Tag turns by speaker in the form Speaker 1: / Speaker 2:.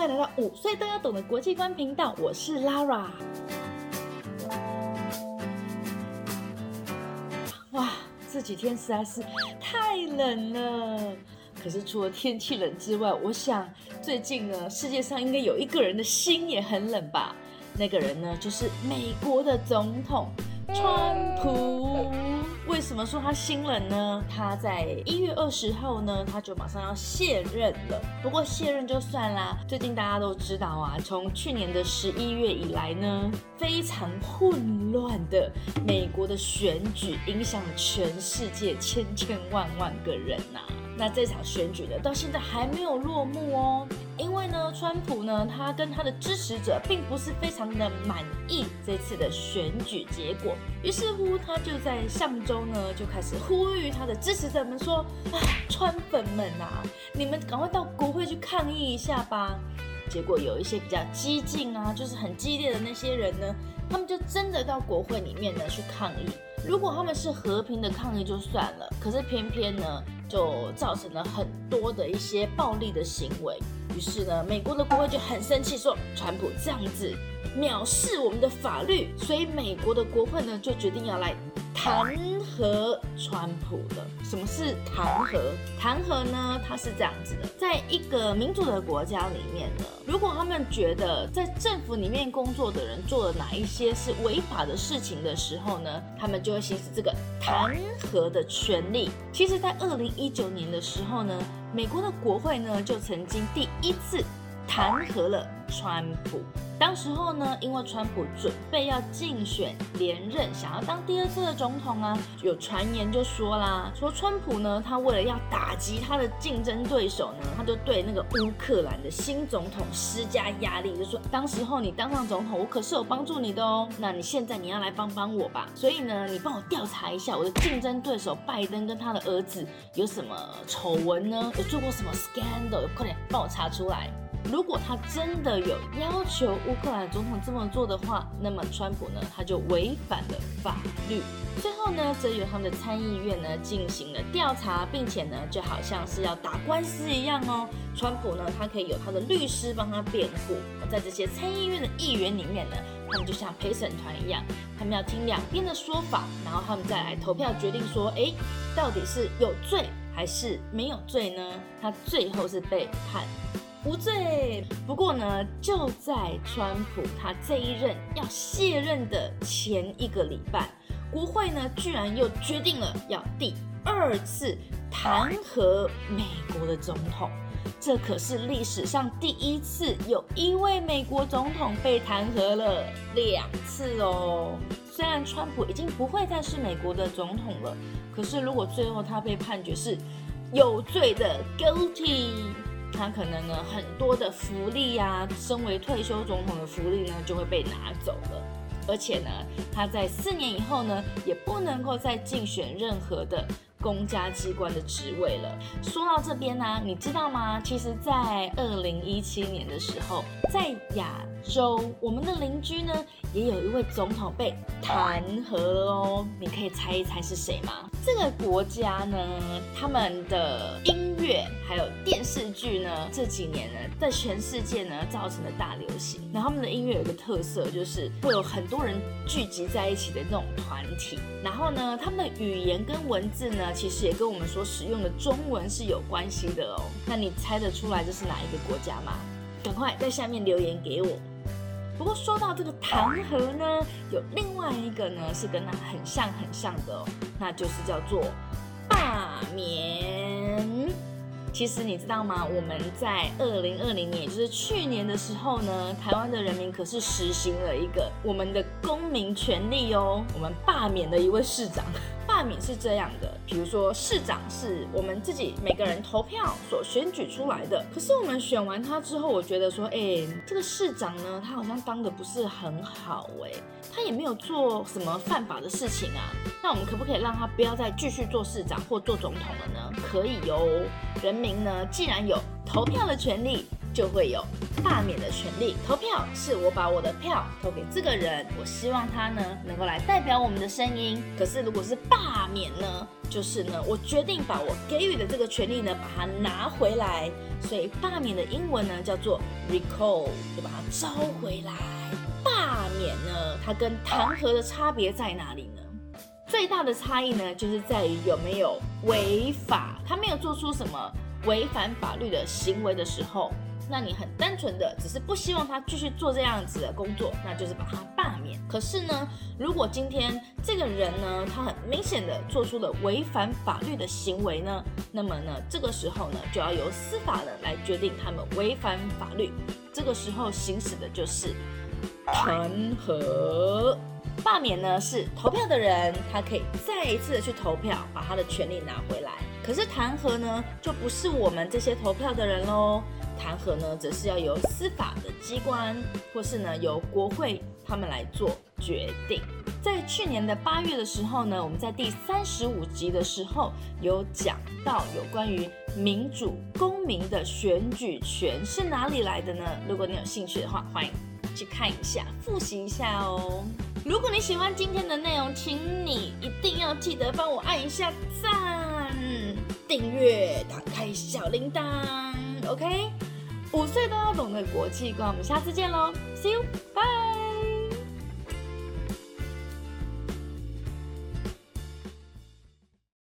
Speaker 1: 欢迎来到5岁都要懂的国际观频道，我是 Lara。哇，这几天实在是太冷了。可是除了天气冷之外，我想最近呢，世界上应该有一个人的心也很冷吧？那个人呢，就是美国的总统川普。为什么说他心冷呢？他在1月20号呢，他就马上要卸任了。不过卸任就算啦，最近大家都知道啊，从去年的11月以来呢，非常混乱的美国的选举影响了全世界千万个人啊。那这场选举呢，到现在还没有落幕哦。因为呢，川普呢，他跟他的支持者并不是非常的满意这次的选举结果，于是乎他就在上周呢，就开始呼吁他的支持者们说：川粉们啊，你们赶快到国会去抗议一下吧。结果有一些比较激进啊，就是很激烈的那些人呢，他们就真的到国会里面呢去抗议。如果他们是和平的抗议就算了，可是偏偏呢，就造成了很多的一些暴力的行为。于是呢，美国的国会就很生气，说川普这样子藐视我们的法律，所以美国的国会呢就决定要来弹劾川普的。什么是弹劾？弹劾呢，它是这样子的，在一个民主的国家里面呢，如果他们觉得在政府里面工作的人做了哪一些是违法的事情的时候呢，他们就会行使这个弹劾的权利。其实在2019年的时候呢，美国的国会呢就曾经第一次弹劾了川普。当时候呢，因为川普准备要竞选连任，想要当第2次的总统啊，有传言就说啦，说川普呢，他为了要打击他的竞争对手呢，他就对那个乌克兰的新总统施加压力，就说当时候你当上总统，我可是有帮助你的哦，那你现在你要来帮我吧，所以呢，你帮我调查一下我的竞争对手拜登跟他的儿子有什么丑闻呢？有做过什么 scandal？ 快点帮我查出来。如果他真的有要求乌克兰总统这么做的话，那么川普呢，他就违反了法律。最后呢，则由他们的参议院呢进行了调查，并且呢，就好像是要打官司一样哦。川普呢，他可以有他的律师帮他辩护。在这些参议院的议员里面呢，他们就像陪审团一样，他们要听两边的说法，然后他们再来投票决定说，到底是有罪还是没有罪呢？他最后是被判无罪。不过呢，就在川普他这一任要卸任的前1个礼拜，国会呢居然又决定了要第2次弹劾美国的总统。这可是历史上第1次有一位美国总统被弹劾了2次哦。虽然川普已经不会再是美国的总统了，可是如果最后他被判决是有罪的 guilty，他可能呢很多的福利啊，身为退休总统的福利呢就会被拿走了，而且呢他在4年以后呢也不能够再竞选任何的公家机关的职位了。说到这边呢，你知道吗？其实在2017年的时候，在亚洲，我们的邻居呢也有一位总统被弹劾了哦。你可以猜一猜是谁吗？这个国家呢，他们的音乐还有电视剧呢，这几年呢，在全世界呢造成了大流行。然后他们的音乐有一个特色，就是会有很多人聚集在一起的那种团体。然后呢，他们的语言跟文字呢，其实也跟我们所使用的中文是有关系的哦。那你猜得出来这是哪一个国家吗？赶快在下面留言给我。不过说到这个弹劾呢，有另外一个呢是跟它很像的哦，那就是叫做罢免。其实你知道吗？我们在2020年，也就是去年的时候呢，台湾的人民可是实行了一个我们的公民权利哦，我们罢免了一位市长。罢免是这样的，比如说市长是我们自己每个人投票所选举出来的，可是我们选完他之后，我觉得说，这个市长呢，他好像当得不是很好他也没有做什么犯法的事情啊，那我们可不可以让他不要再继续做市长或做总统了呢？可以哦，人民呢既然有投票的权利， 就会有罢免的权利。投票是我把我的票投给这个人，我希望他呢能够来代表我们的声音。可是如果是罢免呢，就是呢我决定把我给予的这个权利呢把它拿回来。所以罢免的英文呢叫做 recall， 就把它召回来。罢免呢，它跟弹劾的差别在哪里呢？最大的差异呢，就是在于有没有违法。他没有做出什么违反法律的行为的时候，那你很单纯的只是不希望他继续做这样子的工作，那就是把他罢免。可是呢，如果今天这个人呢，他很明显的做出了违反法律的行为呢，那么呢，这个时候呢，就要由司法呢来决定他们违反法律。这个时候行使的就是弹劾。罢免呢是投票的人，他可以再一次的去投票，把他的权利拿回来。可是弹劾呢，就不是我们这些投票的人咯。弹劾呢，则是要由司法的机关，或是呢由国会他们来做决定。在去年的8月的时候呢，我们在第35集的时候有讲到有关于民主公民的选举权是哪里来的呢？如果你有兴趣的话，欢迎去看一下，复习一下哦。如果你喜欢今天的内容，请你一定要记得帮我按一下赞、订阅、打开小铃铛 ，OK？5岁都要懂的国际观，我们下次见喽 ，See you，bye。